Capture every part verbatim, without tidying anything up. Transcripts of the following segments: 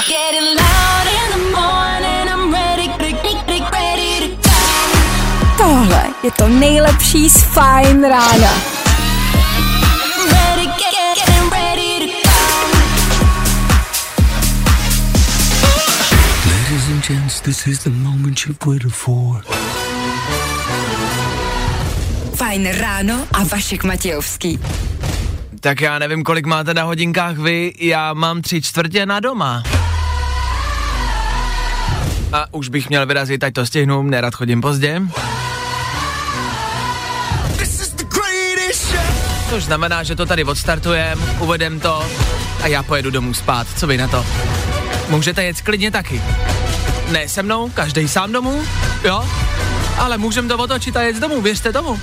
Tohle je to nejlepší z Fajn rána. Ladies and gents, this is the moment you've waited for. Fajn ráno a Vašek Matějovský. Tak já nevím, kolik máte na hodinkách vy, já mám tři čtvrtě na doma. A už bych měl vyrazit, ať to stihnu, nerad chodím pozdě. Což znamená, že to tady odstartujem, uvedem to a já pojedu domů spát. Co vy na to? Můžete jet klidně taky. Ne se mnou, každej sám domů, jo? Ale můžem to otočit a jet z domů, věřte tomu.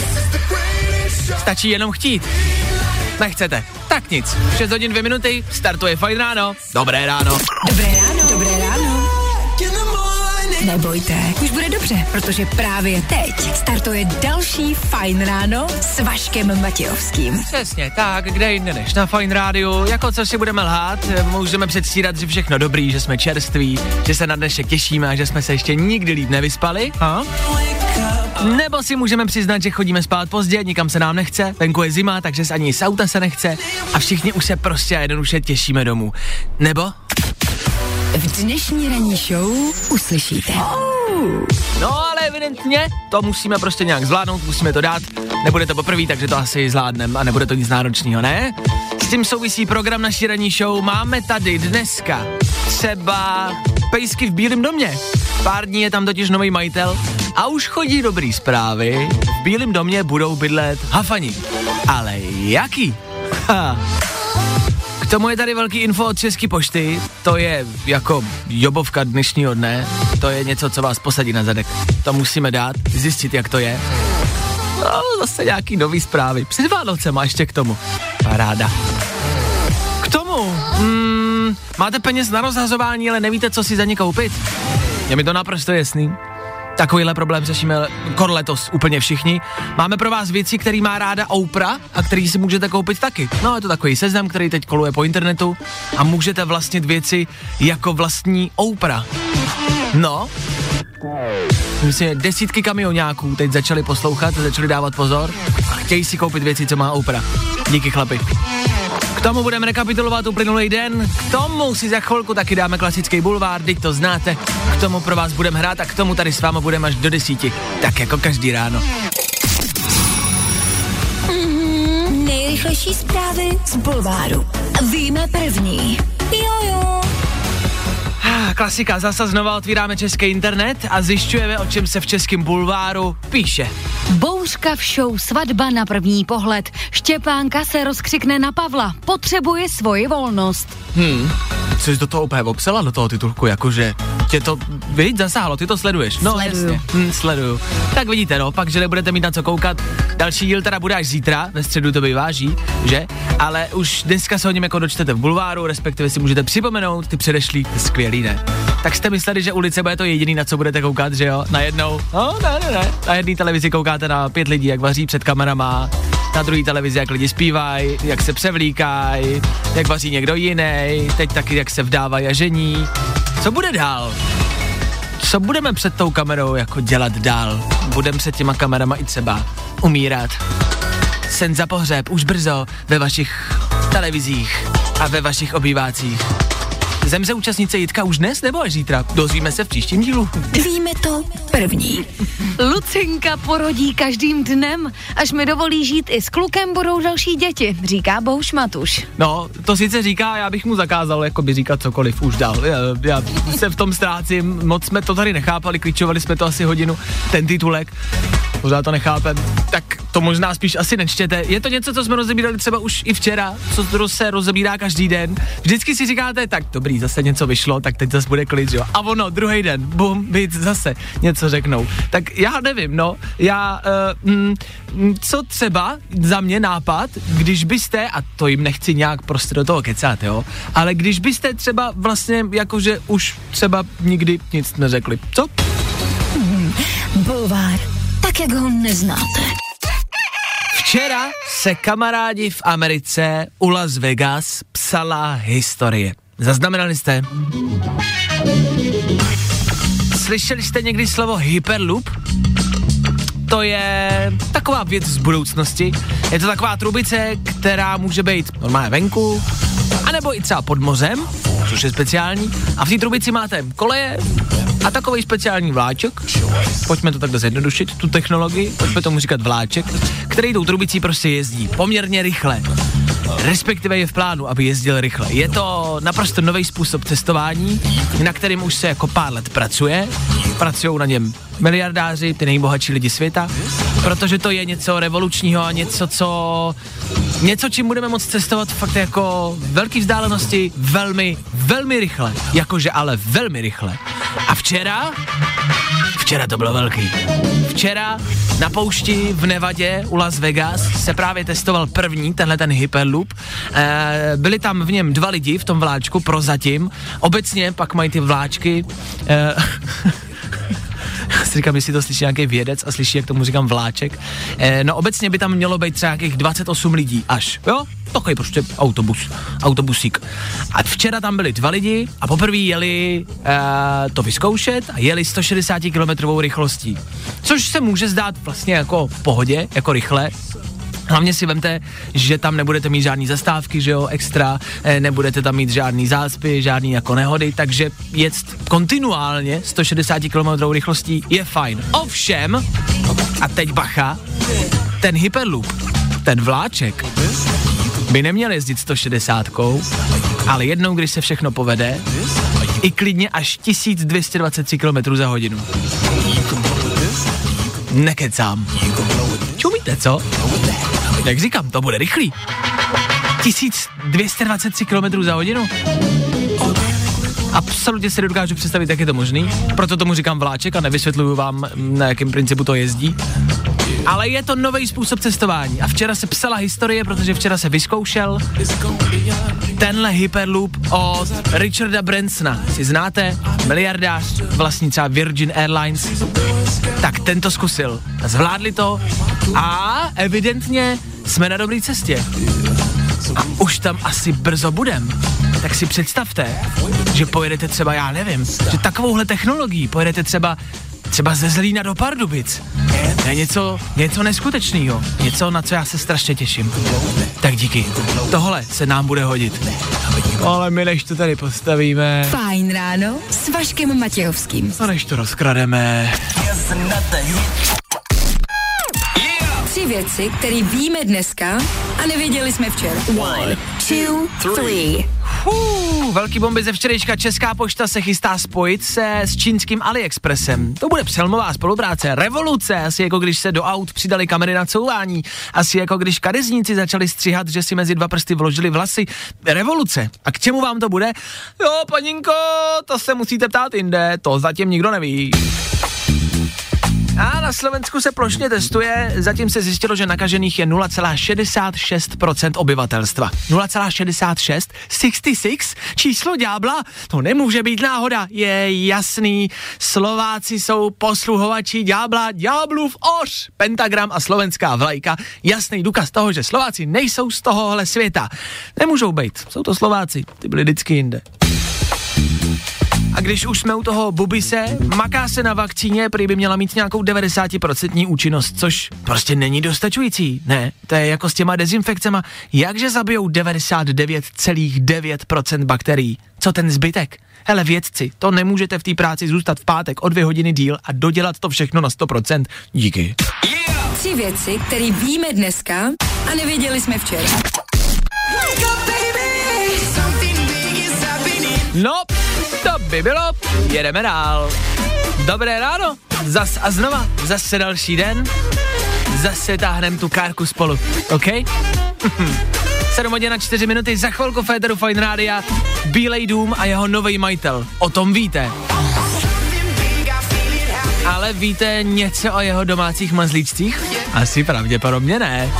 Stačí jenom chtít. Nechcete. Tak nic. šest hodin dvě minuty, startuje Fajn ráno. Dobré ráno. Dobré ráno. Dobré ráno. Nebojte, už bude dobře, protože právě teď startuje další Fajn ráno s Vaškem Matějovským. Přesně tak, kde jinde než na Fajn rádiu, jako co si budeme lhát, můžeme předstírat, že všechno dobrý, že jsme čerství, že se na dnešek těšíme a že jsme se ještě nikdy líp nevyspali, ha? Nebo si můžeme přiznat, že chodíme spát pozdě, nikam se nám nechce, venku je zima, takže ani z auta se nechce a všichni už se prostě a jednoduše těšíme domů. Nebo? V dnešní ranní show uslyšíte. No ale evidentně to musíme prostě nějak zvládnout, musíme to dát, nebude to poprvé, takže to asi zvládneme a nebude to nic náročného, ne? S tím souvisí program naší ranní show, máme tady dneska třeba pejsky v Bílém domě. Pár dní je tam totiž nový majitel a už chodí dobrý zprávy, v Bílém domě budou bydlet hafani. Ale jaký? Ha. K tomu je tady velký info od České pošty, to je jako jobovka dnešního dne, to je něco, co vás posadí na zadek. To musíme dát, zjistit, jak to je. No, zase nějaký nový zprávy. Před Vánocema ještě k tomu. Paráda. K tomu, hmm, máte peněz na rozhazování, ale nevíte, co si za ně koupit? Je mi to naprosto jasný. Takovýhle problém řešíme kor letos úplně všichni. Máme pro vás věci, který má ráda Oprah a který si můžete koupit taky. No, je to takový seznam, který teď koluje po internetu a můžete vlastnit věci jako vlastní Oprah. No, myslím, desítky kamionáků teď začali poslouchat, začali dávat pozor a chtějí si koupit věci, co má Oprah. Díky chlapi. K tomu budeme rekapitulovat uplynulý den, k tomu si za chvilku taky dáme klasický bulvár, teď to znáte, k tomu pro vás budeme hrát a k tomu tady s váma budeme až do desíti, tak jako každý ráno. Mm-hmm, nejrychlejší zprávy z bulváru. Víme první. Jojo. Klasika, zase znova otvíráme český internet a zjišťujeme, o čem se v českém bulváru píše. Bouřka v show Svatba na první pohled. Štěpánka se rozkřikne na Pavla. Potřebuje svoji volnost. Hmm, jsi do toho úplně obsela, do toho titulku, jakože tě to, viď, zasáhlo, ty to sleduješ. No, Sleduju. jasně, hm, sleduju. Tak vidíte, no, pak, že nebudete mít na co koukat. Další díl teda bude až zítra, ve středu to vyváží, že? Ale už dneska se o něm jako dočtete v bulváru, respektive si můžete připomenout ty předešlý, skvělý, ne? Tak jste mysleli, že ulice bude to jediný, na co budete koukat, že jo? Najednou, no, ne, ne, ne. Na jedné televizi koukáte na pět lidí, jak vaří před kamerama, na druhé televizi, jak lidi zpívají, jak se převlíkají, jak vaří někdo jiný, teď taky, jak se vdávají a žení. Co bude dál? Co budeme před tou kamerou jako dělat dál? Budeme před těma kamerama i třeba umírat. Sen za pohřeb už brzo ve vašich televizích a ve vašich obývácích. Zemře účastnice Jitka už dnes nebo až zítra? Dozvíme se v příštím dílu. Víme to první. Lucinka porodí každým dnem. Až mi dovolí žít i s klukem, budou další děti, říká Bohuš Matuš. No, to sice říká, já bych mu zakázal jako by říkat cokoliv už dál. Já, já se v tom ztrácím, moc jsme to tady nechápali, kličovali jsme to asi hodinu, ten titulek. Pořád to nechápem. Tak to možná spíš asi nečtěte. Je to něco, co jsme rozebírali třeba už i včera, co se rozebírá každý den. Vždycky si říkáte, tak dobrý, zase něco vyšlo, tak teď zase bude klid, jo. A ono, druhý den, bum, víc, zase něco řeknou. Tak já nevím, no, já, uh, mm, co třeba za mě nápad, když byste, a to jim nechci nějak prostě do toho kecat, jo, ale když byste třeba vlastně, jakože už třeba nikdy nic neřekli, co? Hmm, bulvár, tak jak ho neznáte. Včera se kamarádi v Americe u Las Vegas psala historie. Zaznamenali jste? Slyšeli jste někdy slovo Hyperloop? To je taková věc z budoucnosti. Je to taková trubice, která může být normálně venku, anebo i třeba pod mořem, což je speciální. A v té trubici máte koleje a takový speciální vláček. Pojďme to takhle zjednodušit, tu technologii, pojďme tomu říkat vláček, který tou trubicí prostě jezdí poměrně rychle. Respektive je v plánu, aby jezdil rychle. Je to naprosto nový způsob cestování, na kterým už se jako pár let pracuje. Pracujou na něm miliardáři, ty nejbohatší lidi světa, protože to je něco revolučního a něco, co... Něco, čím budeme moct cestovat fakt jako velký vzdálenosti velmi, velmi rychle. Jakože ale velmi rychle. A včera... Včera to bylo velký. Včera na poušti v Nevadě u Las Vegas se právě testoval první, tenhle ten Hyperloop. E, byli tam v něm dva lidi v tom vláčku prozatím. Obecně pak mají ty vláčky... E, si říkám, jestli to slyší nějaký vědec a slyší, jak tomu říkám vláček. E, no obecně by tam mělo být třeba nějakých dvacet osm lidí až, jo? Takový prostě autobus, autobusík. A včera tam byli dva lidi a poprvé jeli e, to vyzkoušet a jeli sto šedesát kilometrů rychlostí. Což se může zdát vlastně jako v pohodě, jako rychle. Hlavně si vemte, že tam nebudete mít žádný zastávky, že jo, extra, e, nebudete tam mít žádný zácpy, žádný jako nehody, takže jet kontinuálně sto šedesát kilometrů rychlostí je fajn. Ovšem, a teď bacha, ten Hyperloop, ten vláček, by neměl jezdit sto šedesát, ale jednou, když se všechno povede, i klidně až tisíc dvě stě dvacet tři kilometrů za hodinu. Nekecám. Čumíte, co? Jak říkám, to bude rychlý. tisíc dvě stě dvacet tři kilometrů za hodinu. Absolutně si nedokážu představit, jak je to možný. Proto tomu říkám vláček a nevysvětluju vám, na jakém principu to jezdí. Ale je to nový způsob cestování. A včera se psala historie, protože včera se vyzkoušel tenhle Hyperloop od Richarda Bransona. Si znáte? Miliardář, vlastní třeba Virgin Airlines. Tak ten to zkusil. Zvládli to a evidentně jsme na dobré cestě. A už tam asi brzo budem. Tak si představte, že pojedete třeba, já nevím, že takovouhle technologií pojedete třeba třeba ze Zlína do Pardubic. To je něco, něco neskutečného. Něco, na co já se strašně těším. Tak díky. Tohle se nám bude hodit. Ale my než to tady postavíme... Fajn ráno s Vaškem Matějovským. A než to rozkrademe... Tři věci, které víme dneska a nevěděli jsme včera. One, two, three. Fuu, velký bomby ze včerejška. Česká pošta se chystá spojit se s čínským AliExpressem. To bude přelmová spolupráce, revoluce, asi jako když se do aut přidali kamery na couvání, asi jako když kadeřníci začali stříhat, že si mezi dva prsty vložili vlasy. Revoluce. A k čemu vám to bude? Jo, paninko, to se musíte ptát jinde, to zatím nikdo neví. A na Slovensku se plošně testuje, zatím se zjistilo, že nakažených je nula celá šedesát šest procent obyvatelstva. nula celá šedesát šest? šedesát šest? Číslo ďábla? To nemůže být náhoda, je jasný. Slováci jsou posluhovači ďábla, ďáblův oř. Pentagram a slovenská vlajka, jasný důkaz toho, že Slováci nejsou z tohohle světa. Nemůžou být, jsou to Slováci, ty byli vždycky jinde. A když už jsme u toho bubise, maká se na vakcíně, prý by měla mít nějakou devadesát procent účinnost, což prostě není dostačující. Ne, to je jako s těma dezinfekcema. Jakže zabijou devadesát devět celá devět procent bakterií? Co ten zbytek? Hele vědci, to nemůžete v té práci zůstat v pátek o dvě hodiny díl a dodělat to všechno na sto procent. Díky. Yeah! Tři věci, které víme dneska a nevěděli jsme včera. No, to by bylo, jedeme dál. Dobré ráno, zas a znova, zase další den, zase táhnem tu kárku spolu, OK? sedm hodin a čtyři minuty, za chvilku Féteru Fajn Rádia, Bílej dům a jeho nový majitel, o tom víte. Ale víte něco o jeho domácích mazlíčcích? Asi pravděpodobně ne.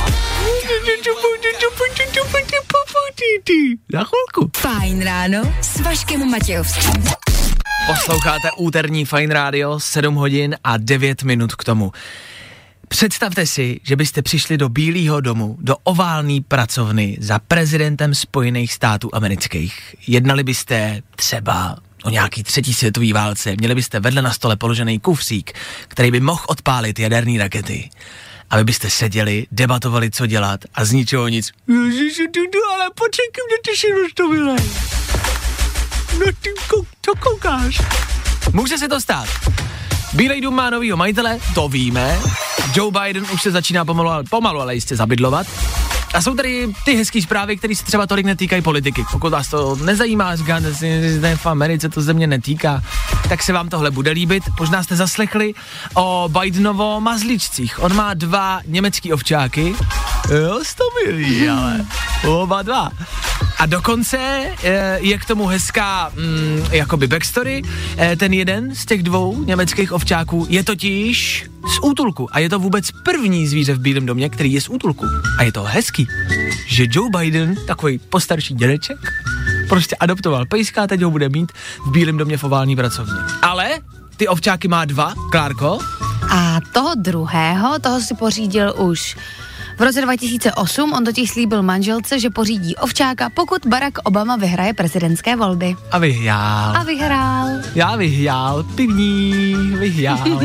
Za chvilku. Fajn ráno s Vaškem Matějovským. Posloucháte úterní Fajn rádio, sedm hodin a devět minut k tomu. Představte si, že byste přišli do Bílého domu, do oválné pracovny za prezidentem Spojených států amerických. Jednali byste třeba o nějaký třetí světový válce, měli byste vedle na stole položený kufřík, který by mohl odpálit jaderné rakety. A vy byste seděli, debatovali, co dělat a z ničeho nic. Ježiši, tudu, ale počekej, mě ty si roztomilej. No ty, co koukáš? Může se to stát. Bílej dům má novýho majitele, to víme. Joe Biden už se začíná pomalu, pomalu ale jistě zabydlovat. A jsou tady ty hezký zprávy, které se třeba tolik netýkají politiky. Pokud vás to nezajímá, říkáte si, že v Americe to ze mě netýká, tak se vám tohle bude líbit. Možná jste zaslechli o Bidenovo mazličcích. On má dva německý ovčáky. Jo, sto milí, ale oba dva. A dokonce je k tomu hezká mm, jakoby backstory. Ten jeden z těch dvou německých ovčáků je totiž z útulku. A je to vůbec první zvíře v Bílém domě, který je z útulku. A je to hezký, že Joe Biden, takový postarší dědeček, prostě adoptoval pejska a teď ho bude mít v Bílém domě v ovální pracovně. Ale ty ovčáky má dva, Klárko. A toho druhého, toho si pořídil už v roce dva tisíce osm. On totiž slíbil manželce, že pořídí ovčáka, pokud Barack Obama vyhraje prezidentské volby. A vyhrál. A vyhrál. Já vyhrál, pivní, vyhrál.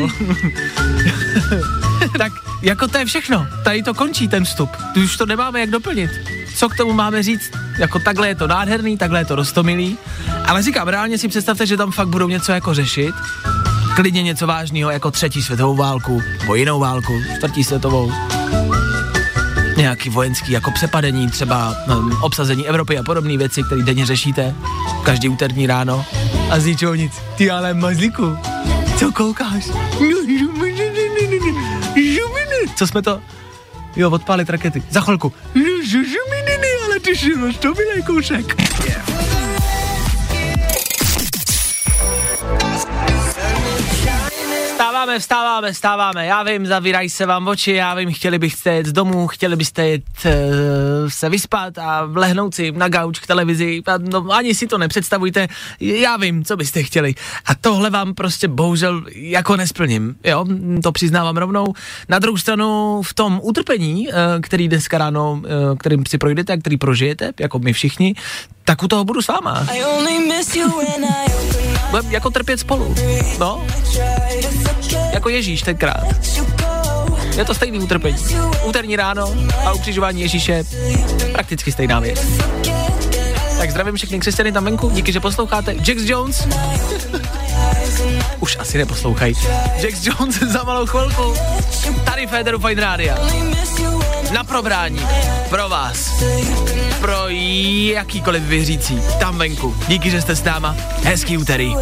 Tak jako to je všechno, tady to končí ten vstup, tu už to nemáme jak doplnit. Co k tomu máme říct? Jako takhle je to nádherný, takhle je to roztomilý, ale říkám, reálně si představte, že tam fakt budou něco jako řešit, klidně něco vážného jako třetí světovou válku, nebo jinou válku, čtvrtí světovou, nějaký vojenský jako přepadení, třeba um, obsazení Evropy a podobné věci, které denně řešíte, každý úterní ráno a z ničeho nic. Ty ale mazlíku, co koukáš? Co jsme to? Jo, odpálit rakety. Za chvilku. Ale ty si roztomilej kousek. Vstáváme, vstáváme, vstáváme. Já vím, zavírají se vám oči, já vím, chtěli byste jet z domu, chtěli byste jet uh, se vyspat a lehnout si na gauč k televizi. A no, ani si to nepředstavujte, já vím, co byste chtěli. A tohle vám prostě bohužel jako nesplním, jo, to přiznávám rovnou. Na druhou stranu v tom utrpení, uh, který dneska ráno, uh, kterým si projdete a který prožijete, jako my všichni, tak u toho budu s váma. Budeme jako trpět spolu, no. Jako Ježíš tenkrát. Je to stejný utrpení. Úterní ráno a ukřižování Ježíše prakticky stejná věc. Tak zdravím všechny křesťany tam venku, díky, že posloucháte. Jax Jones. Už asi neposlouchají. Jax Jones za malou chvilku. Tady Féteru Fajn Rádia. Na probrání. Pro vás. Pro jakýkoliv věřící. Tam venku. Díky, že jste s náma. Hezký úterý.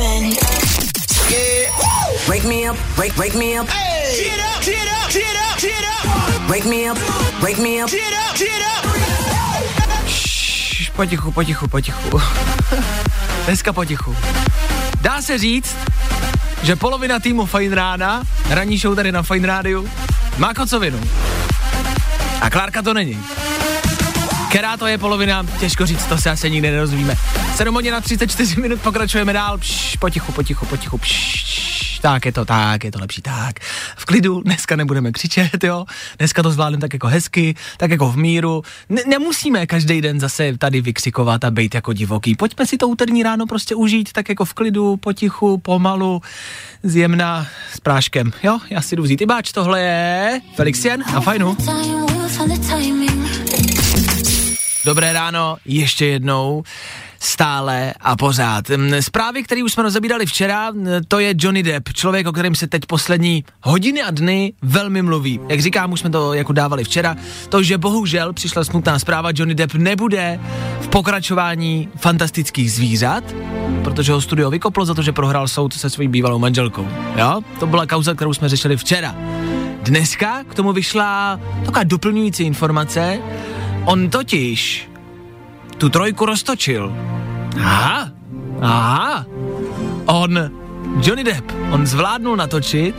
Wake me up, wake, wake me up. Hey. Get up, get up, get up, get up. Wake me up, wake me up. Get up, get up. Šš, potichu, potichu, potichu. Dneska potichu. Dá se říct, že polovina týmu Fajn rána, ranní show tady na Fajn rádiu, má kocovinu. A Klárka to není. Která to je polovina, těžko říct, to se asi nikdy nerozvíme. sedm hodin na třicet čtyři minut, pokračujeme dál. Pš, potichu, potichu, potichu. Pš, tak je to, tak je to lepší, tak. V klidu, dneska nebudeme křičet, jo. Dneska to zvládneme tak jako hezky, tak jako v míru. Ne, nemusíme každý den zase tady vykřikovat a bejt jako divoký. Pojďme si to úterní ráno prostě užít, tak jako v klidu, potichu, pomalu, zjemná, s práškem. Jo, já si jdu vzít i báč, tohle je Felixien a Fajnu. Dobré ráno, ještě jednou, stále a pořád. Zprávy, které už jsme rozebírali včera, to je Johnny Depp, člověk, o kterém se teď poslední hodiny a dny velmi mluví. Jak říkám, už jsme to jako dávali včera, to, že bohužel přišla smutná zpráva, Johnny Depp nebude v pokračování Fantastických zvířat, protože ho studio vykoplo za to, že prohrál soud se svojí bývalou manželkou. Jo, to byla kauza, kterou jsme řešili včera. Dneska k tomu vyšla taková doplňující informace. On totiž tu trojku roztočil. Aha, aha. On, Johnny Depp, on zvládnul natočit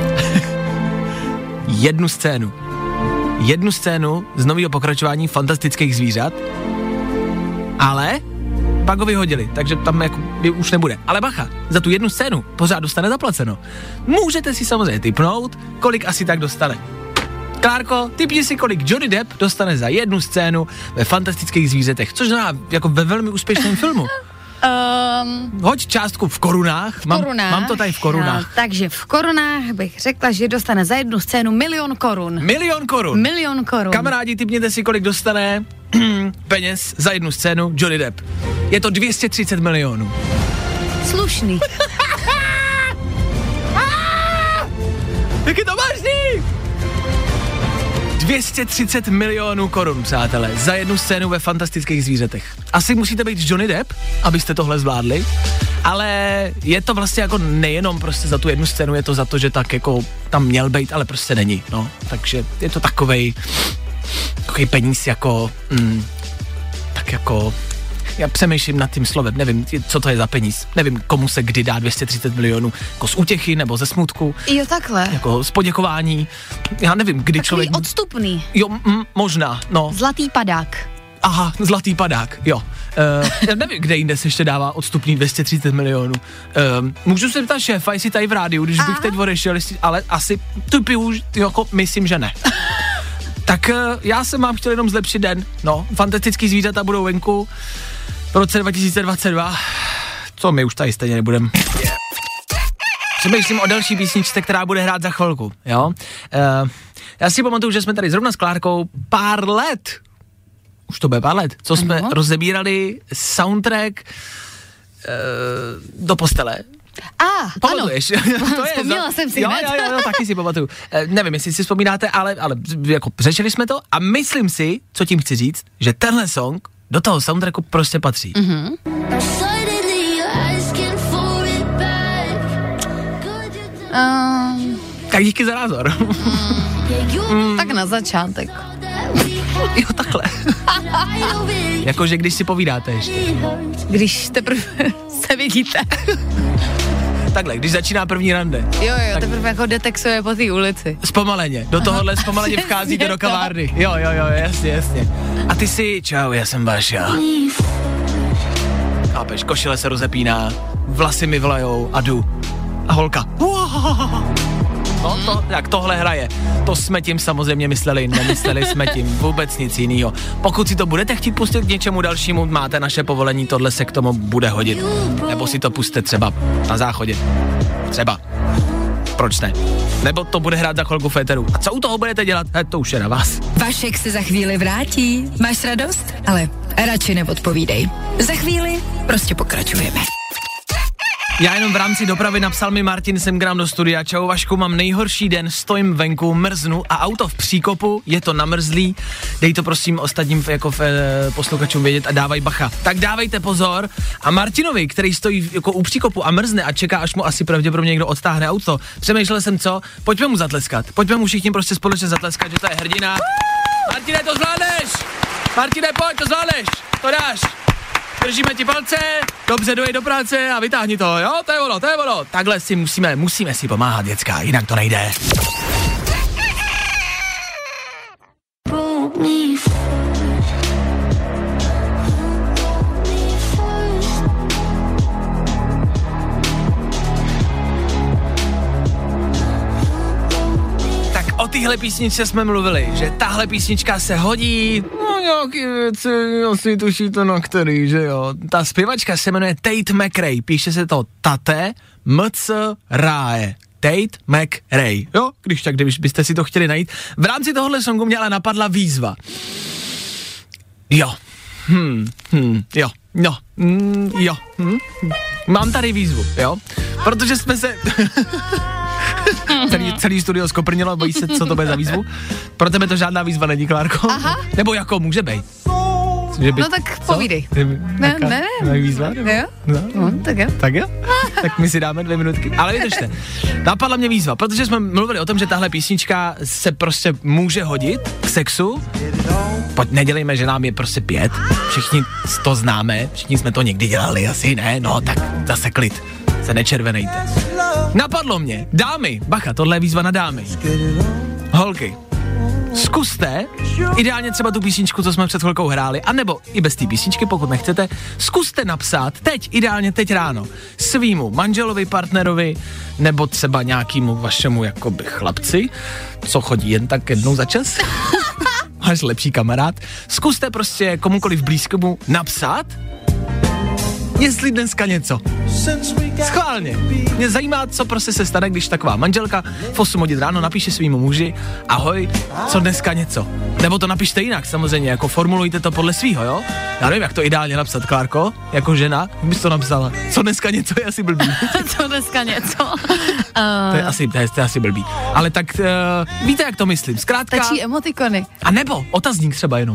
jednu scénu. Jednu scénu z nového pokračování Fantastických zvířat, ale pak ho vyhodili, takže tam jako už nebude. Ale bacha, za tu jednu scénu pořád dostane zaplaceno. Můžete si samozřejmě tipnout, kolik asi tak dostane. Klárko, typni si, kolik Johnny Depp dostane za jednu scénu ve Fantastických zvířetech, což znamená jako ve velmi úspěšném filmu. Um, Hoď částku v korunách. v korunách. Mám, mám to tady v korunách. No, takže v korunách bych řekla, že dostane za jednu scénu milion korun. Milion korun. Milion korun. Kamarádi, typněte si, kolik dostane peněz za jednu scénu Johnny Depp. Je to dvě stě třicet milionů. Slušný. Jak je to vážný? dvě stě třicet milionů korun, přátelé, za jednu scénu ve Fantastických zvířetech. Asi musíte být Johnny Depp, abyste tohle zvládli, ale je to vlastně jako nejenom prostě za tu jednu scénu, je to za to, že tak jako tam měl být, ale prostě není, no. Takže je to takovej, takový peníz jako, mm, tak jako, já přemýšlím nad tím slovem, nevím, co to je za peníz, nevím, komu se kdy dá dvě stě třicet milionů, jako z útěchy nebo ze smutku. Jo, takhle. Jako z poděkování, já nevím, kdy Takový člověk... odstupný. Jo, mm, možná, no. Zlatý padák. Aha, zlatý padák, jo. Uh, já nevím, kde jinde se ještě dává odstupný dvě stě třicet milionů. Uh, můžu se ptát šéfa, jestli tady v rádiu, když Aha. bych teď odešel, jestli, ale asi tupiu, jako myslím, že ne. Tak uh, já jsem vám chtěl jenom zlepšit den, no, fantastický zvířata budou venku v roce dva tisíce dvacet dva, co my už tady stejně nebudeme. Yeah. Přemýšlím o další písničce, která bude hrát za chvilku, jo. Uh, já si pamatuju, že jsme tady zrovna s Klárkou pár let, už to bude pár let, co jsme ano. rozebírali soundtrack uh, do postele. A, ah, pamatuješ? ano. To je Vzpomněla za... jsem si jo, jo, jo, jo, taky si pamatuju. Uh, nevím, jestli si vzpomínáte, ale, ale jako řešili jsme to a myslím si, co tím chci říct, že tenhle song do toho soundtracku prostě patří. Mhm. Um, tak díky za názor. mm, tak na začátek. Jo, takhle. Jakože když si povídáte ještě. Když teprve se vidíte. Takhle, když začíná první rande. Jo, jo, tak teprve jako detexuje po té ulici. Zpomaleně, do tohohle zpomaleně vcházíte do kavárny. Jo, jo, jo, jasně, jasně. A ty si, čau, já jsem Vaša. Chápeš, košile se rozepíná, vlasy mi vlajou a jdu. A holka. No, to, jak tohle hraje. To jsme tím samozřejmě mysleli, nemysleli jsme tím vůbec nic jiného. Pokud si to budete chtít pustit k něčemu dalšímu, máte naše povolení, tohle se k tomu bude hodit. Nebo si to puste třeba na záchodě. Třeba. Proč ne? Nebo to bude hrát za chvilku v éteru. A co u toho budete dělat? He, to už je na vás. Vašek se za chvíli vrátí. Máš radost? Ale radši neodpovídej. Za chvíli prostě pokračujeme. Já jenom v rámci dopravy napsal mi Martin sem k nám do studia. Čau Vašku, mám nejhorší den, stojím venku, mrznu a auto v příkopu, je to namrzlý. Dej to prosím ostatním jako v, e, posluchačům vědět a dávaj bacha. Tak dávejte pozor. A Martinovi, který stojí jako u příkopu a mrzne a čeká, až mu asi pravděpodobně někdo odtáhne auto, přemýšlel jsem co, pojďme mu zatleskat. Pojďme mu všichni prostě společně zatleskat, že to je hrdina. Martine, to zvládneš! Martine, pojď, to zvládneš! To dáš! Držíme ti palce, dobře dojej do práce a vytáhni to, jo, to je ono, to je ono. Takhle si musíme, musíme si pomáhat, děcka, jinak to nejde. O téhle písničce jsme mluvili, že tahle písnička se hodí, no nějaký věci, asi tušíte na který, že jo. Ta zpěvačka se jmenuje Tate McRae, píše se to Tate M-C-R-A-E. Tate McRae, jo, když tak, když byste si to chtěli najít. V rámci tohohle songu mě ale napadla výzva. Jo, hm, hm, jo, jo, hm, jo, hm. Mám tady výzvu, jo, protože jsme se... celý, celý studio skoprnilo, bojí se, co to bude za výzvu. Pro tebe to žádná výzva není, Klárko. Aha. Nebo jako může být. By, no tak co? povídej. Ne, ne, ne. Výzva? Nebo? Jo? No, no, tak jo. Tak jo? Tak my si dáme dvě minutky. Ale vydržte. Napadla mě výzva, protože jsme mluvili o tom, že tahle písnička se prostě může hodit k sexu. Pojď, nedělejme, že nám je prostě pět. Všichni to známe, všichni jsme to někdy dělali, asi ne, no tak zase klid. Se nečervenejte. Napadlo mě, dámy, bacha, tohle je výzva na dámy. Holky, zkuste, ideálně třeba tu písničku, co jsme před chvilkou hráli, anebo i bez té písničky, pokud nechcete, zkuste napsat teď, ideálně teď ráno, svýmu manželovi, partnerovi, nebo třeba nějakému vašemu jakoby chlapci, co chodí jen tak jednou za čas, váš lepší kamarád, zkuste prostě komukoliv blízkomu napsat, jestli dneska něco. Schválně. Mě zajímá, co prostě se stane, když taková manželka v osm hodin ráno napíše svýmu muži: ahoj, co dneska něco. Nebo to napište jinak, samozřejmě, jako formulujte to podle svýho, jo? Já nevím, jak to ideálně napsat, Klárko, jako žena, jak bys to napsala. Co dneska něco je asi blbý. Co dneska něco? Uh... To je asi, to je, to je asi blbý. Ale tak uh, víte, jak to myslím. Zkrátka... Tačí emotikony. A nebo otazník třeba jenom.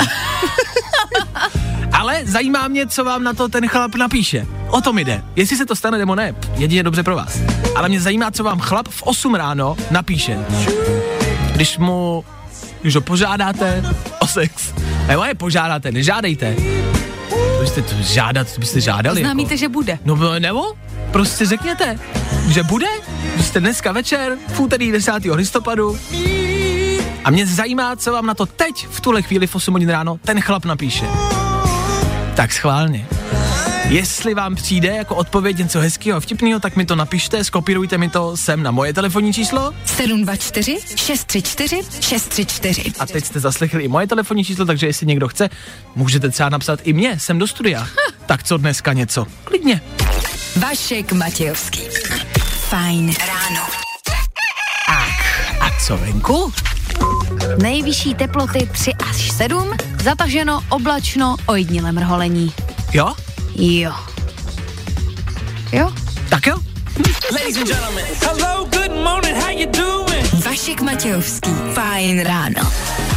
Ale zajímá mě, co vám na to ten chlap napíše. O tom jde. Jestli se to stane nebo ne, jedině dobře pro vás. Ale mě zajímá, co vám chlap v osm ráno napíše. Když mu, když ho požádáte o sex. Nebo je požádáte, nežádejte. To byste to žádat, to byste žádali. Oznámíte, jako. že bude. No nebo? Prostě řekněte, že bude. Že jste dneska večer, v úterý desátého listopadu. A mě zajímá, co vám na to teď, v tuhle chvíli v osm hodin ráno, ten chlap napíše. Tak schválně. Jestli vám přijde jako odpověď něco hezkého a vtipného, tak mi to napište, skopírujte mi to sem na moje telefonní číslo. sedm dva čtyři šest tři čtyři šest tři čtyři. A teď jste zaslechli i moje telefonní číslo, takže jestli někdo chce, můžete třeba napsat i mě sem do studia. Tak co dneska něco? Klidně. Vašek Matějovský. Fajn ráno. Ach, a co venku? Nejvyšší teploty tři až sedm, zataženo, oblačno, ojedinělé mrholení. Jo? Jo. Jo? Tak jo? Ladies and gentlemen, hello, good morning, how you doing? Vašek Matějovský. Fajn ráno.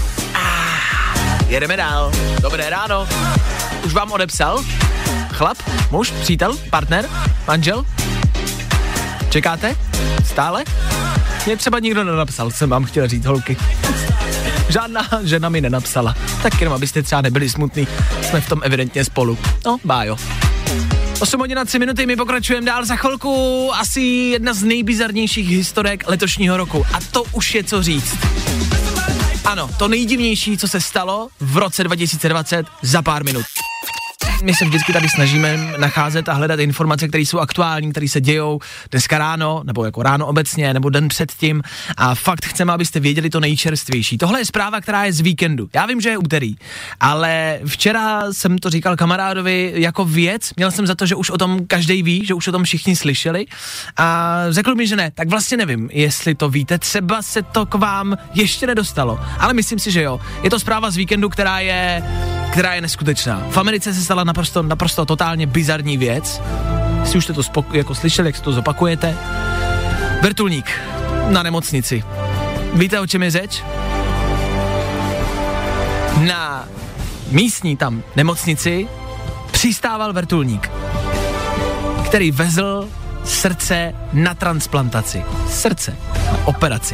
Jedeme dál. Dobré ráno. Už vám odepsal? Chlap? Muž? Přítel? Partner? Manžel? Čekáte? Stále? Mě třeba nikdo nenapsal, jsem vám chtěl říct, holky. Žádná žena mi nenapsala. Tak jenom, abyste třeba nebyli smutný, jsme v tom evidentně spolu. No, bájo. osm hodin a tři minuty, my pokračujeme dál za chvilku. Asi jedna z nejbizarnějších historek letošního roku. A to už je co říct. Ano, to nejdivnější, co se stalo v roce dva tisíce dvacet za pár minut. My se vždycky tady snažíme nacházet a hledat informace, které jsou aktuální, které se dějou dneska ráno, nebo jako ráno obecně, nebo den předtím. A fakt chceme, abyste věděli to nejčerstvější. Tohle je zpráva, která je z víkendu. Já vím, že je úterý, ale včera jsem to říkal kamarádovi jako věc. Měl jsem za to, že už o tom každý ví, že už o tom všichni slyšeli. A řekl mi, že ne. Tak vlastně nevím, jestli to víte. Třeba se to k vám ještě nedostalo. Ale myslím si, že jo. Je to zpráva z víkendu, která je, která je neskutečná. V Americe se stala naprosto, naprosto totálně bizarní věc. Jestli už jste to spoko- jako slyšeli, jak se to zopakujete. Vrtulník na nemocnici. Víte, o čem je řeč? Na místní tam nemocnici přistával vrtulník, který vezl srdce na transplantaci. Srdce na operaci.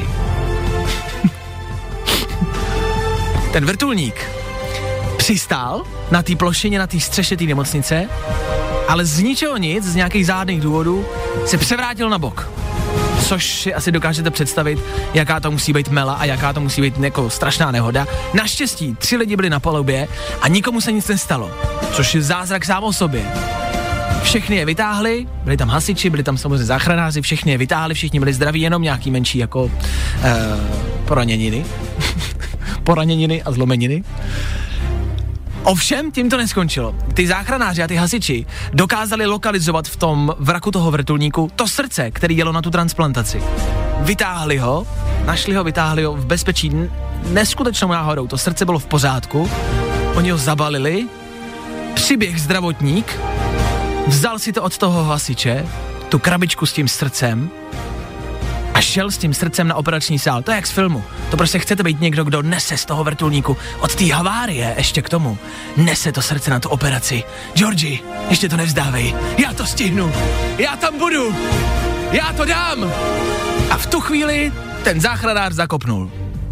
Ten vrtulník přistál na té plošině, na té střeše té nemocnice, ale z ničeho nic, z nějakých záhadných důvodů, se převrátil na bok. Což si asi dokážete představit, jaká to musí být mela a jaká to musí být jako strašná nehoda. Naštěstí tři lidi byli na palubě a nikomu se nic nestalo, což je zázrak sám o sobě. Všechny je vytáhli, byli tam hasiči, byli tam samozřejmě záchranáři, všechny je vytáhli, všichni byli zdraví, jenom nějaký menší jako uh, poraněniny. poraněniny a zlomeniny. Ovšem, tím to neskončilo. Ty záchranáři a ty hasiči dokázali lokalizovat v tom vraku toho vrtulníku to srdce, který jelo na tu transplantaci. Vytáhli ho, našli ho, vytáhli ho v bezpečí neskutečnou náhodou. To srdce bylo v pořádku, oni ho zabalili, přiběh zdravotník, vzal si to od toho hasiče, tu krabičku s tím srdcem a šel s tím srdcem na operační sál. To je jak z filmu. To prostě chcete být někdo, kdo nese z toho vrtulníku od té havárie ještě k tomu. Nese to srdce na tu operaci. Georgi, ještě to nevzdávej. Já to stihnu. Já tam budu. Já to dám. A v tu chvíli ten záchranář zakopnul.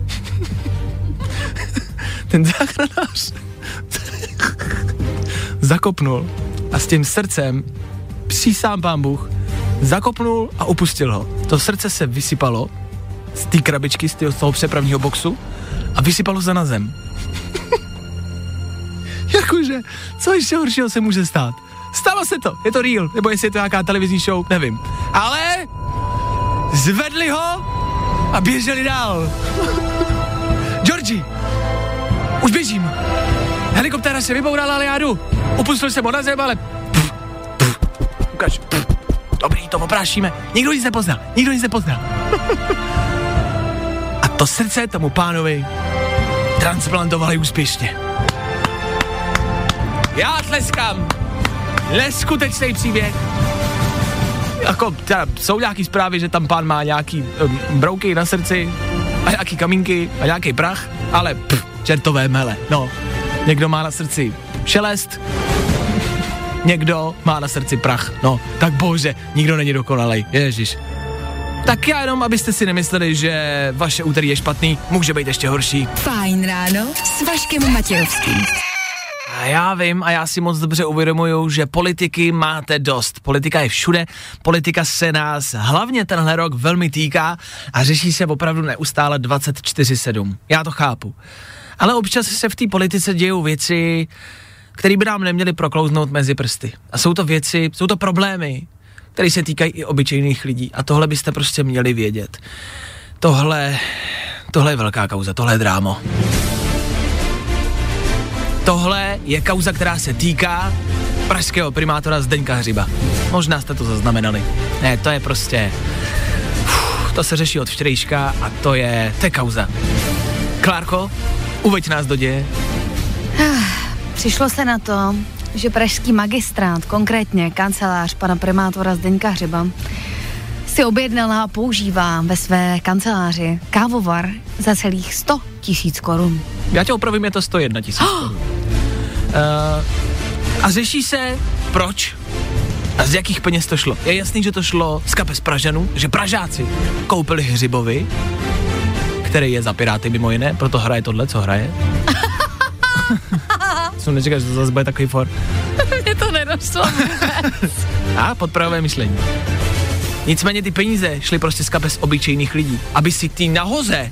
ten záchranář zakopnul a s tím srdcem, přísám pán Bůh, zakopnul a upustil ho. To srdce se vysypalo z té krabičky, z toho přepravního boxu a vysypalo se na zem. Jakože, co ještě horšího se může stát? Stalo se to, je to real, nebo jestli je to nějaká televizní show, nevím. Ale zvedli ho a běželi dál. Georgi, už běžím. Helikoptéra se vybourala, ale já jdu. Upustil jsem ho na zem, ale... Pff, pff, ukaž. Pff. Dobrý, to oprášíme. Nikdo nic nepozná, nikdo nic nepozná. A to srdce tomu pánovi transplantovali úspěšně. Já tleskám. Neskutečný příběh. Jako, teda, jsou nějaký zprávy, že tam pán má nějaký um, brouky na srdci a nějaký kamínky a nějaký prach, ale pff, čertové mele, no. Někdo má na srdci šelest, někdo má na srdci prach, no. Tak bože, nikdo není dokonalej, ježiš. Tak já jenom, abyste si nemysleli, že vaše úterý je špatný, může být ještě horší. Fajn ráno s Vaškem Matějovským. A já vím a já si moc dobře uvědomuju, že politiky máte dost. Politika je všude, politika se nás hlavně tenhle rok velmi týká a řeší se opravdu neustále dvacet čtyři sedm. Já to chápu. Ale občas se v té politice dějou věci, které by nám neměly proklouznout mezi prsty. A jsou to věci, jsou to problémy, které se týkají i obyčejných lidí. A tohle byste prostě měli vědět. Tohle, tohle je velká kauza, tohle je drámo. Tohle je kauza, která se týká pražského primátora Zdeňka Hřiba. Možná jste to zaznamenali. Ne, to je prostě... Uf, to se řeší od včerejška a to je... To je kauza. Klárko, uveď nás do děje. Přišlo se na to, že pražský magistrát, konkrétně kancelář pana primátora Zdeňka Hřiba, si objednala a používá ve své kanceláři kávovar za celých sto tisíc korun. Já tě opravím, je to sto jedna tisíc korun. Uh, a řeší se, proč a z jakých peněz to šlo. Je jasný, že to šlo z kapes Pražanů, že Pražáci koupili Hřibovi, který je za Piráty mimo jiné, proto hraje tohle, co hraje. Jsem nečekal, že to zase bude takový for. Mně to nedošlo. A podpravové myšlení. Nicméně ty peníze šly prostě z kapes obyčejných lidí, aby si ty nahoze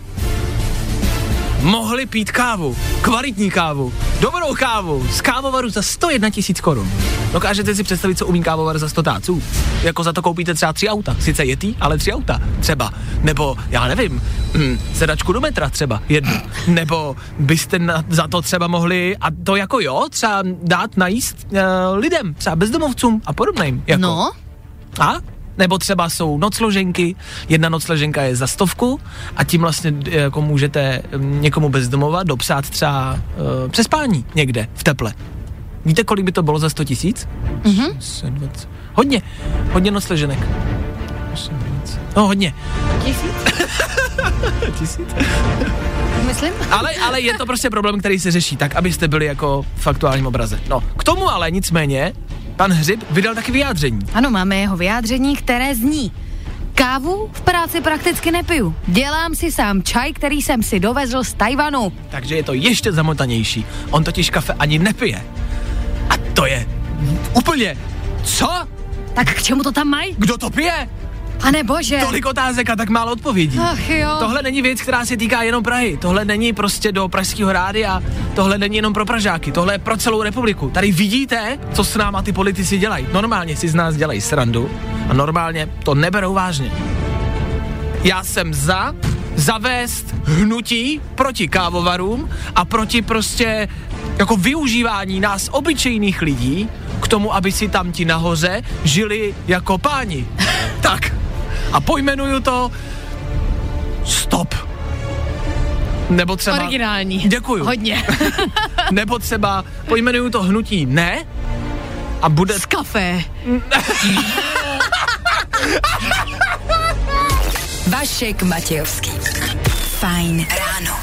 mohli pít kávu, kvalitní kávu, dobrou kávu z kávovaru za sto jedna tisíc korun. Dokážete si představit, co umí kávovar za sto táců? Jako za to koupíte třeba tři auta, sice jetý, ale tři auta třeba, nebo já nevím, hm, sedačku do metra třeba, jednu, nebo byste na, za to třeba mohli, a to jako jo, třeba dát najíst uh, lidem, třeba bezdomovcům a podobným. Jako. No. A? Nebo třeba jsou nocloženky, jedna nocloženka je za stovku a tím vlastně jako můžete někomu bezdomova dopřát třeba uh, přespání někde v teple. Víte, kolik by to bylo za sto tisíc? Mhm. Hodně, hodně nocloženek. No hodně. Tisíc? Tisíc? Myslím. Ale, ale je to prostě problém, který se řeší tak, abyste byli jako v aktuálním obraze. No, k tomu ale nicméně pan Hřib vydal taky vyjádření. Ano, máme jeho vyjádření, které zní: kávu v práci prakticky nepiju. Dělám si sám čaj, který jsem si dovezl z Tajvanu. Takže je to ještě zamotanější. On totiž kafe ani nepije. A to je úplně... Co? Tak k čemu to tam mají? Kdo to pije? Pane bože. Tolik otázek a tak málo odpovědí. Ach jo. Tohle není věc, která se týká jenom Prahy. Tohle není prostě do pražského rádia. Tohle není jenom pro Pražáky. Tohle je pro celou republiku. Tady vidíte, co s náma ty politici dělají. Normálně si z nás dělají srandu a normálně to neberou vážně. Já jsem za zavést hnutí proti kávovarům a proti prostě jako využívání nás obyčejných lidí k tomu, aby si tam ti nahoře žili jako páni. Tak. A pojmenuju to Stop. Nebo třeba... Originální. Děkuju. Hodně. Nebo třeba pojmenuju to hnutí Ne a bude... Z kafe. Vašek Matějovský. Fajn ráno.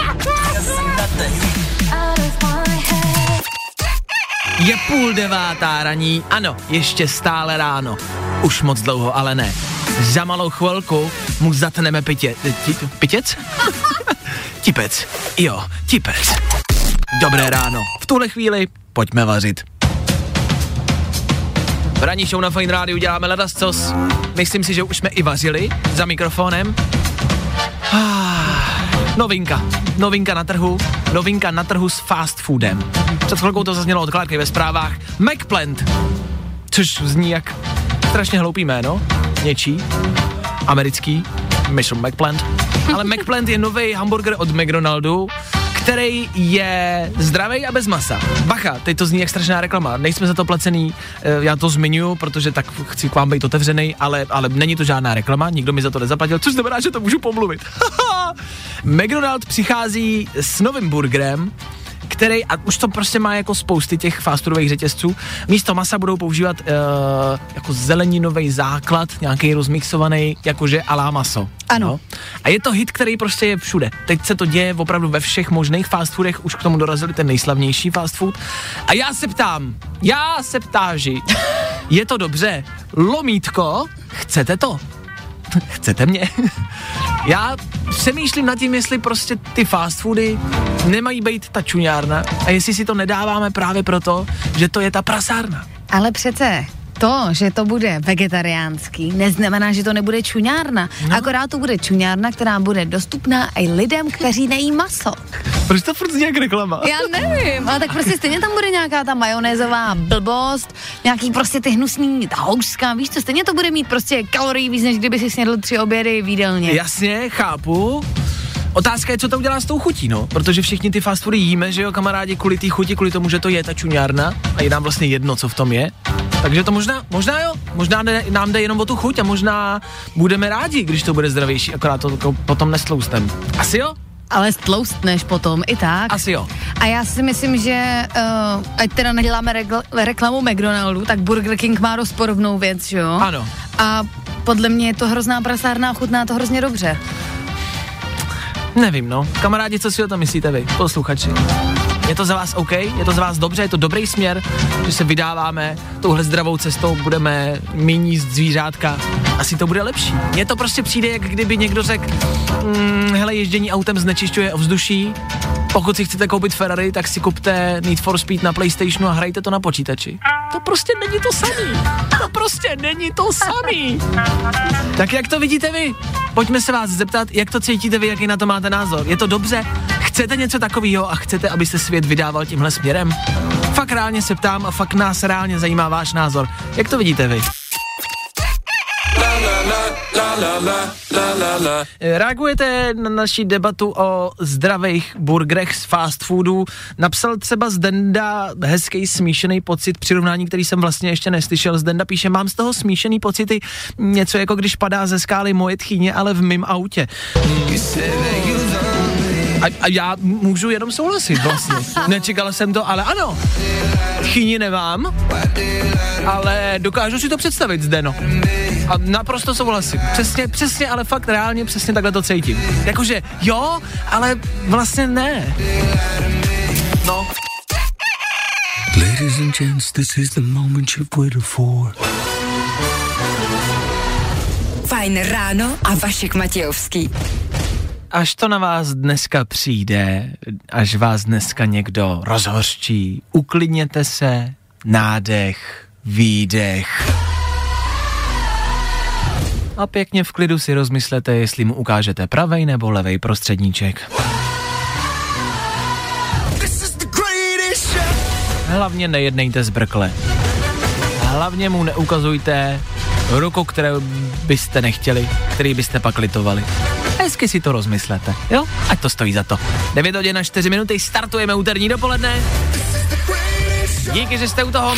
Je půl devátá raní, ano, ještě stále ráno. Už moc dlouho, ale ne. Za malou chvilku mu zatneme pitě... Ti, pitěc? Tipec. Jo, tipec. Dobré ráno. V tuhle chvíli pojďme vařit. V ranní show na Fajn rádiu děláme ledascos. Myslím si, že už jsme i vařili za mikrofonem. Ah, Novinka. Novinka na trhu. Novinka na trhu s fast foodem. Před chvilkou to zaznělo od Klárky ve zprávách. McPlant. Což zní jak strašně hloupý jméno. Něčí. Americký. Mission McPlant. Ale McPlant je nový hamburger od McDonaldu, který je zdravý a bez masa. Bacha, teď to zní jak strašná reklama, nejsme za to placený, já to zmiňuji, protože tak chci k vám být otevřenej, ale, ale není to žádná reklama, nikdo mi za to nezaplatil, což znamená, že to můžu pomluvit. McDonald přichází s novým burgerem, který, a už to prostě má jako spousty těch fast foodových řetězců, místo masa budou používat uh, jako zeleninový základ, nějaký rozmixovaný, jakože alá maso. Ano. No? A je to hit, který prostě je všude. Teď se to děje opravdu ve všech možných fast foodech, už k tomu dorazili ten nejslavnější fast food. A já se ptám, já se ptáži, je to dobře? Lomítko, chcete to? Chcete mě? Já přemýšlím nad tím, jestli prostě ty fast foody nemají být ta čuňárna a jestli si to nedáváme právě proto, že to je ta prasárna. Ale přece to, že to bude vegetariánský, neznamená, že to nebude čuňárna. No. Akorát to bude čuňárna, která bude dostupná i lidem, kteří nejí maso. Proč to furt zní jak reklama? Já nevím, ale tak prostě stejně tam bude nějaká ta majonézová blbost, nějaký prostě ty hnusný, ta houska, víš co, stejně to bude mít prostě kalorií víc, než kdyby si snědl tři obědy v jídelně. Jasně, chápu. Otázka je, co to udělá s tou chutí, no, protože všichni ty fast foody jíme, že jo, kamarádi, kvůli té chuti, kvůli tomu, že to je ta čuňárna a je nám vlastně jedno, co v tom je. Takže to možná, možná jo, možná ne, nám jde jenom o tu chuť a možná budeme rádi, když to bude zdravější, akorát to jako potom nestloustem. Asi jo? Ale stloustneš potom i tak. Asi jo. A já si myslím, že uh, ať teda neděláme regl- reklamu McDonaldu, tak Burger King má dost podobnou věc, že jo? Ano. A podle mě je to hrozná prasárna a chutná to hrozně dobře. Nevím, no. Kamarádi, co si o tom myslíte vy, posluchači? Je to za vás OK? Je to za vás dobře? Je to dobrý směr, že se vydáváme touhle zdravou cestou, budeme méně jíst zvířátka? Asi to bude lepší. Mně to prostě přijde, jak kdyby někdo řekl, mm, hele, ježdění autem znečišťuje ovzduší, pokud si chcete koupit Ferrari, tak si kupte Need for Speed na PlayStationu a hrajte to na počítači. To prostě není to samý. To prostě není to samý. Tak jak to vidíte vy? Pojďme se vás zeptat, jak to cítíte vy, jaký na to máte názor. Je to dobře? Chcete něco takového a chcete, aby se svět vydával tímhle směrem? Fakt reálně se ptám a fakt nás reálně zajímá váš názor. Jak to vidíte vy? Reagujete na naši debatu o zdravých burgerech z fast foodů. Napsal třeba Zdenda hezký smíšený pocit, přirovnání, který jsem vlastně ještě neslyšel. Zdenda píše, mám z toho smíšený pocity, něco jako když padá ze skály moje tchýně, ale v mým autě. A, a já můžu jenom souhlasit vlastně. Nečekal jsem to, ale ano. Tchýni nemám, ale dokážu si to představit, Zdeno. A naprosto souhlasím. Přesně, přesně, ale fakt reálně přesně takhle to cítím. Jakože jo, ale vlastně ne. No. Ladies and gents, this is the moment you've waited for. Fajn ráno a Vašek Matějovský. Až to na vás dneska přijde, až vás dneska někdo rozhořčí, uklidněte se, nádech, výdech. A pěkně v klidu si rozmyslete, jestli mu ukážete pravej nebo levej prostředníček. Hlavně nejednejte zbrkle. Hlavně mu neukazujte ruku, kterou byste nechtěli, který byste pak litovali. Hezky si to rozmyslete, jo? Ať to stojí za to. devět hodin a čtyři minuty, startujeme úterní dopoledne. Díky, že jste u toho.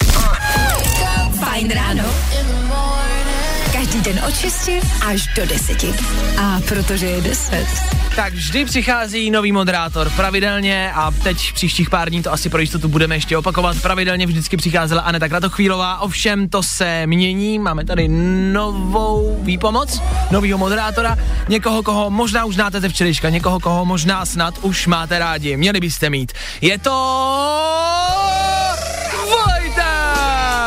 Fajn ráno. Každý den od šesti až do deseti. A protože je deset. Tak vždy přichází nový moderátor pravidelně a teď v příštích pár dní to asi pro jistotu budeme ještě opakovat. Pravidelně vždycky přicházela Aneta Kratochvílová, ovšem to se mění, máme tady novou výpomoc, novýho moderátora, někoho, koho možná už znáte ze včerejška, někoho, koho možná snad už máte rádi, měli byste mít. Je to... Vojta!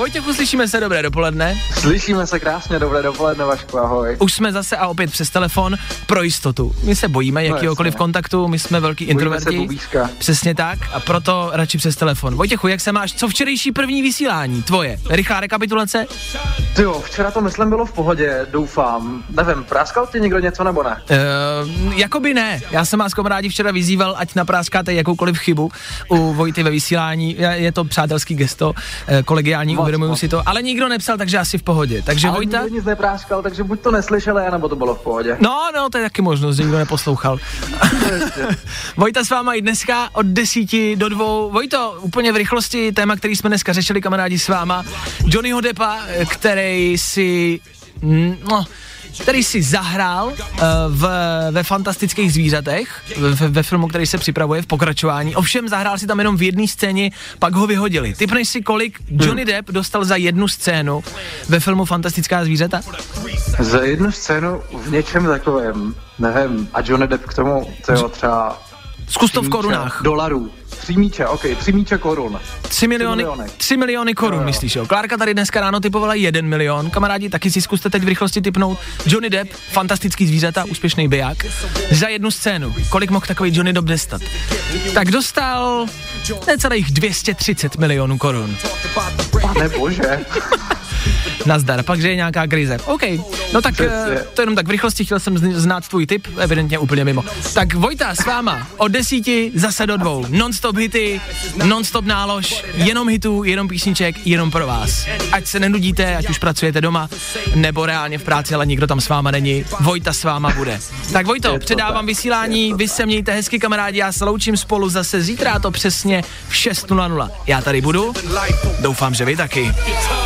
Vojtěchu, slyšíme se, dobré dopoledne. Slyšíme se krásně, dobré dopoledne, Vašku, ahoj. Už jsme zase a opět přes telefon pro jistotu. My se bojíme no jakýhokoliv kontaktu, my jsme velký introverti. Přesně tak a proto radši přes telefon. Vojtěchu, jak se máš? Co včerejší první vysílání? Tvoje. Rychlá rekapitulace? Jo, včera to myslím bylo v pohodě, doufám. Nevím, práskal ti někdo něco nebo ne? Uh, jakoby ne. Já jsem vás kamarádi včera vyzýval, ať napráskáte jakoukoliv chybu u Vojty ve vysílání. Je to přátelský gesto, kolegiální, uvědomuju si to, ale nikdo nepsal, takže asi v pohodě. Takže ale Vojta... nikdo nic nepráskal, takže buď to neslyšeli, nebo to bylo v pohodě. No, no, to je taky možnost, že nikdo neposlouchal. Vojta s váma i dneska od desíti do dvou. Vojto, úplně v rychlosti téma, který jsme dneska řešili, kamarádi, s váma. Johnnyho Deppa, který si... No, který si zahrál uh, v, ve Fantastických zvířatech, ve, ve filmu, který se připravuje v pokračování. Ovšem zahrál si tam jenom v jedné scéně, pak ho vyhodili. Typneš si, kolik Johnny Depp dostal za jednu scénu ve filmu Fantastická zvířata? Za jednu scénu v něčem takovém, nevím, a Johnny Depp k tomu, to je třeba... Zkus to v korunách. Dolarů. Tři míče, ok, tři míče korun. Tři miliony, tři miliony korun, no, myslíš, jo? Klárka tady dneska ráno typovala jeden milion. Kamarádi, taky si zkuste teď v rychlosti typnout. Johnny Depp, Fantastický zvířata, úspěšný biják, za jednu scénu. Kolik mohl takový Johnny Depp dostat? Tak dostal necelých dvě stě třicet milionů korun. Pane bože. Nazdar, pak, že je nějaká krize. OK, no tak to jenom tak v rychlosti, chtěl jsem znát tvůj tip, evidentně úplně mimo. Tak Vojta s váma od desíti zase do dvou. Non-stop hity, non-stop nálož, jenom hitů, jenom písniček, jenom pro vás. Ať se nenudíte, ať už pracujete doma, nebo reálně v práci, ale nikdo tam s váma není. Vojta s váma bude. Tak Vojto, předávám vysílání, vy se mějte hezky, kamarádi, já se loučím spolu zase zítra, to přesně v šest nula nula. Já tady budu, doufám, že vy taky.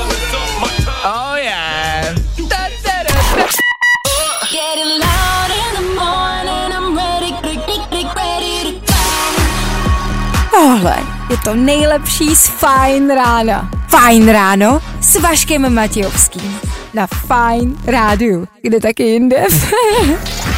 Oh yeah. Tohle je to nejlepší z Fajn rána. Fajn ráno s Vaškem Matějovským. Na Fajn rádiu. Kde taky jinde?